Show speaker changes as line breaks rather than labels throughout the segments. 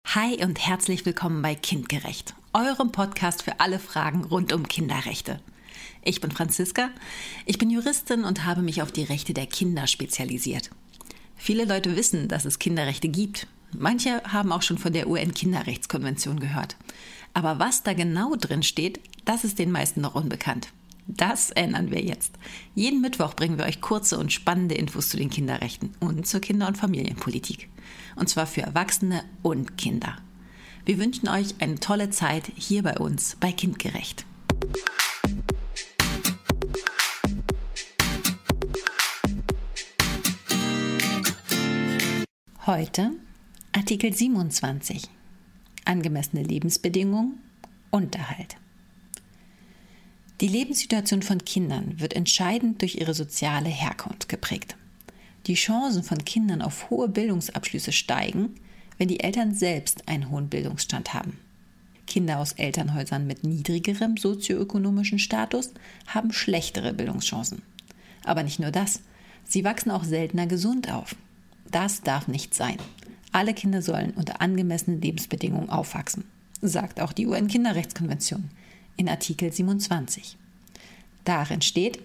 Hi und herzlich willkommen bei Kindgerecht, eurem Podcast für alle Fragen rund um Kinderrechte. Ich bin Franziska, ich bin Juristin und habe mich auf die Rechte der Kinder spezialisiert. Viele Leute wissen, dass es Kinderrechte gibt. Manche haben auch schon von der UN-Kinderrechtskonvention gehört. Aber was da genau drin steht, das ist den meisten noch unbekannt. Das ändern wir jetzt. Jeden Mittwoch bringen wir euch kurze und spannende Infos zu den Kinderrechten und zur Kinder- und Familienpolitik. Und zwar für Erwachsene und Kinder. Wir wünschen euch eine tolle Zeit hier bei uns bei Kindgerecht. Heute Artikel 27. Angemessene Lebensbedingungen, Unterhalt. Die Lebenssituation von Kindern wird entscheidend durch ihre soziale Herkunft geprägt. Die Chancen von Kindern auf hohe Bildungsabschlüsse steigen, wenn die Eltern selbst einen hohen Bildungsstand haben. Kinder aus Elternhäusern mit niedrigerem sozioökonomischen Status haben schlechtere Bildungschancen. Aber nicht nur das, sie wachsen auch seltener gesund auf. Das darf nicht sein. Alle Kinder sollen unter angemessenen Lebensbedingungen aufwachsen, sagt auch die UN-Kinderrechtskonvention in Artikel 27. Darin steht: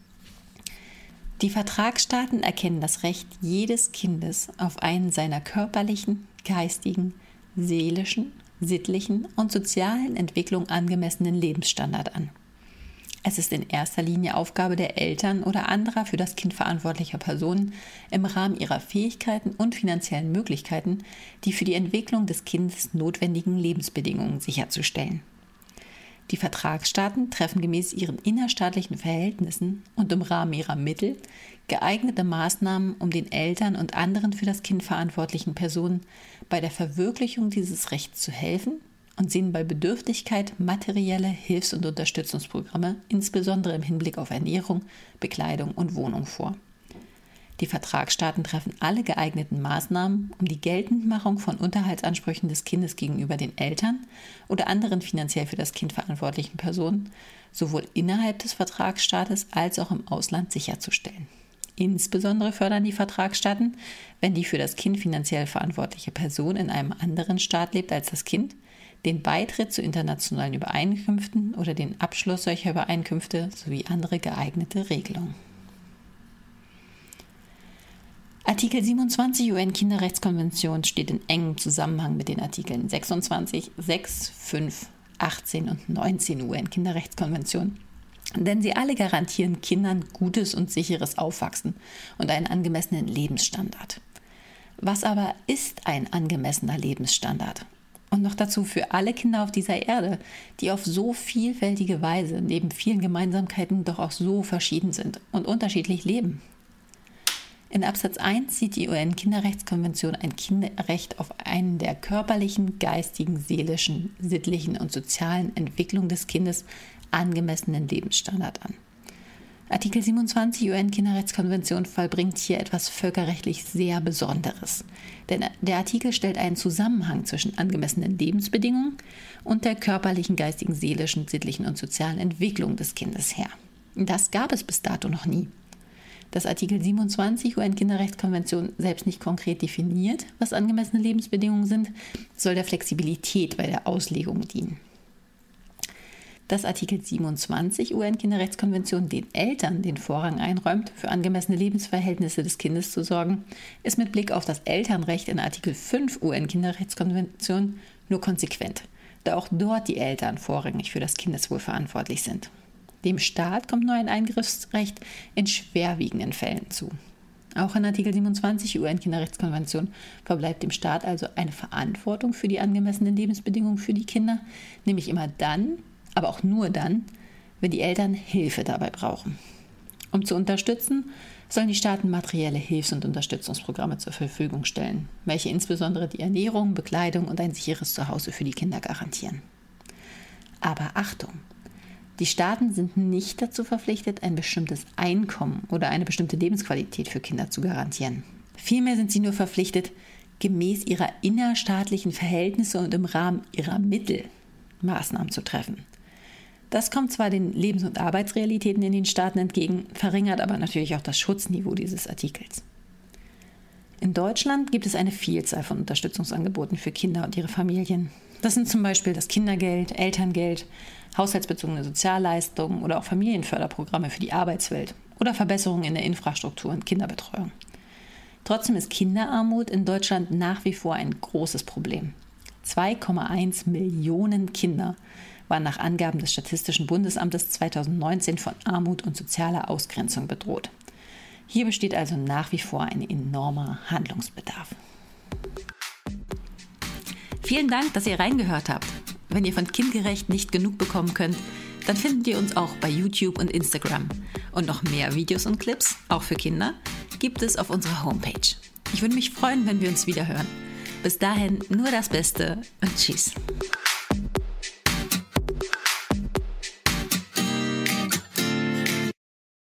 Die Vertragsstaaten erkennen das Recht jedes Kindes auf einen seiner körperlichen, geistigen, seelischen, sittlichen und sozialen Entwicklung angemessenen Lebensstandard an. Es ist in erster Linie Aufgabe der Eltern oder anderer für das Kind verantwortlicher Personen, im Rahmen ihrer Fähigkeiten und finanziellen Möglichkeiten die für die Entwicklung des Kindes notwendigen Lebensbedingungen sicherzustellen. Die Vertragsstaaten treffen gemäß ihren innerstaatlichen Verhältnissen und im Rahmen ihrer Mittel geeignete Maßnahmen, um den Eltern und anderen für das Kind verantwortlichen Personen bei der Verwirklichung dieses Rechts zu helfen und sehen bei Bedürftigkeit materielle Hilfs- und Unterstützungsprogramme, insbesondere im Hinblick auf Ernährung, Bekleidung und Wohnung vor. Die Vertragsstaaten treffen alle geeigneten Maßnahmen, um die Geltendmachung von Unterhaltsansprüchen des Kindes gegenüber den Eltern oder anderen finanziell für das Kind verantwortlichen Personen sowohl innerhalb des Vertragsstaates als auch im Ausland sicherzustellen. Insbesondere fördern die Vertragsstaaten, wenn die für das Kind finanziell verantwortliche Person in einem anderen Staat lebt als das Kind, den Beitritt zu internationalen Übereinkünften oder den Abschluss solcher Übereinkünfte sowie andere geeignete Regelungen. Artikel 27 UN-Kinderrechtskonvention steht in engem Zusammenhang mit den Artikeln 26, 6, 5, 18 und 19 UN-Kinderrechtskonvention, denn sie alle garantieren Kindern gutes und sicheres Aufwachsen und einen angemessenen Lebensstandard. Was aber ist ein angemessener Lebensstandard? Und noch dazu für alle Kinder auf dieser Erde, die auf so vielfältige Weise neben vielen Gemeinsamkeiten doch auch so verschieden sind und unterschiedlich leben. In Absatz 1 sieht die UN-Kinderrechtskonvention ein Kinderrecht auf einen der körperlichen, geistigen, seelischen, sittlichen und sozialen Entwicklung des Kindes angemessenen Lebensstandard an. Artikel 27 UN-Kinderrechtskonvention vollbringt hier etwas völkerrechtlich sehr Besonderes. Denn der Artikel stellt einen Zusammenhang zwischen angemessenen Lebensbedingungen und der körperlichen, geistigen, seelischen, sittlichen und sozialen Entwicklung des Kindes her. Das gab es bis dato noch nie. Dass Artikel 27 UN-Kinderrechtskonvention selbst nicht konkret definiert, was angemessene Lebensbedingungen sind, soll der Flexibilität bei der Auslegung dienen. Dass Artikel 27 UN-Kinderrechtskonvention den Eltern den Vorrang einräumt, für angemessene Lebensverhältnisse des Kindes zu sorgen, ist mit Blick auf das Elternrecht in Artikel 5 UN-Kinderrechtskonvention nur konsequent, da auch dort die Eltern vorrangig für das Kindeswohl verantwortlich sind. Dem Staat kommt nur ein Eingriffsrecht in schwerwiegenden Fällen zu. Auch in Artikel 27 UN-Kinderrechtskonvention verbleibt dem Staat also eine Verantwortung für die angemessenen Lebensbedingungen für die Kinder, nämlich immer dann, aber auch nur dann, wenn die Eltern Hilfe dabei brauchen. Um zu unterstützen, sollen die Staaten materielle Hilfs- und Unterstützungsprogramme zur Verfügung stellen, welche insbesondere die Ernährung, Bekleidung und ein sicheres Zuhause für die Kinder garantieren. Aber Achtung! Die Staaten sind nicht dazu verpflichtet, ein bestimmtes Einkommen oder eine bestimmte Lebensqualität für Kinder zu garantieren. Vielmehr sind sie nur verpflichtet, gemäß ihrer innerstaatlichen Verhältnisse und im Rahmen ihrer Mittel Maßnahmen zu treffen. Das kommt zwar den Lebens- und Arbeitsrealitäten in den Staaten entgegen, verringert aber natürlich auch das Schutzniveau dieses Artikels. In Deutschland gibt es eine Vielzahl von Unterstützungsangeboten für Kinder und ihre Familien. Das sind zum Beispiel das Kindergeld, Elterngeld, haushaltsbezogene Sozialleistungen oder auch Familienförderprogramme für die Arbeitswelt oder Verbesserungen in der Infrastruktur und Kinderbetreuung. Trotzdem ist Kinderarmut in Deutschland nach wie vor ein großes Problem. 2,1 Millionen Kinder waren nach Angaben des Statistischen Bundesamtes 2019 von Armut und sozialer Ausgrenzung bedroht. Hier besteht also nach wie vor ein enormer Handlungsbedarf. Vielen Dank, dass ihr reingehört habt. Wenn ihr von Kindgerecht nicht genug bekommen könnt, dann findet ihr uns auch bei YouTube und Instagram. Und noch mehr Videos und Clips, auch für Kinder, gibt es auf unserer Homepage. Ich würde mich freuen, wenn wir uns wieder hören. Bis dahin nur das Beste und tschüss.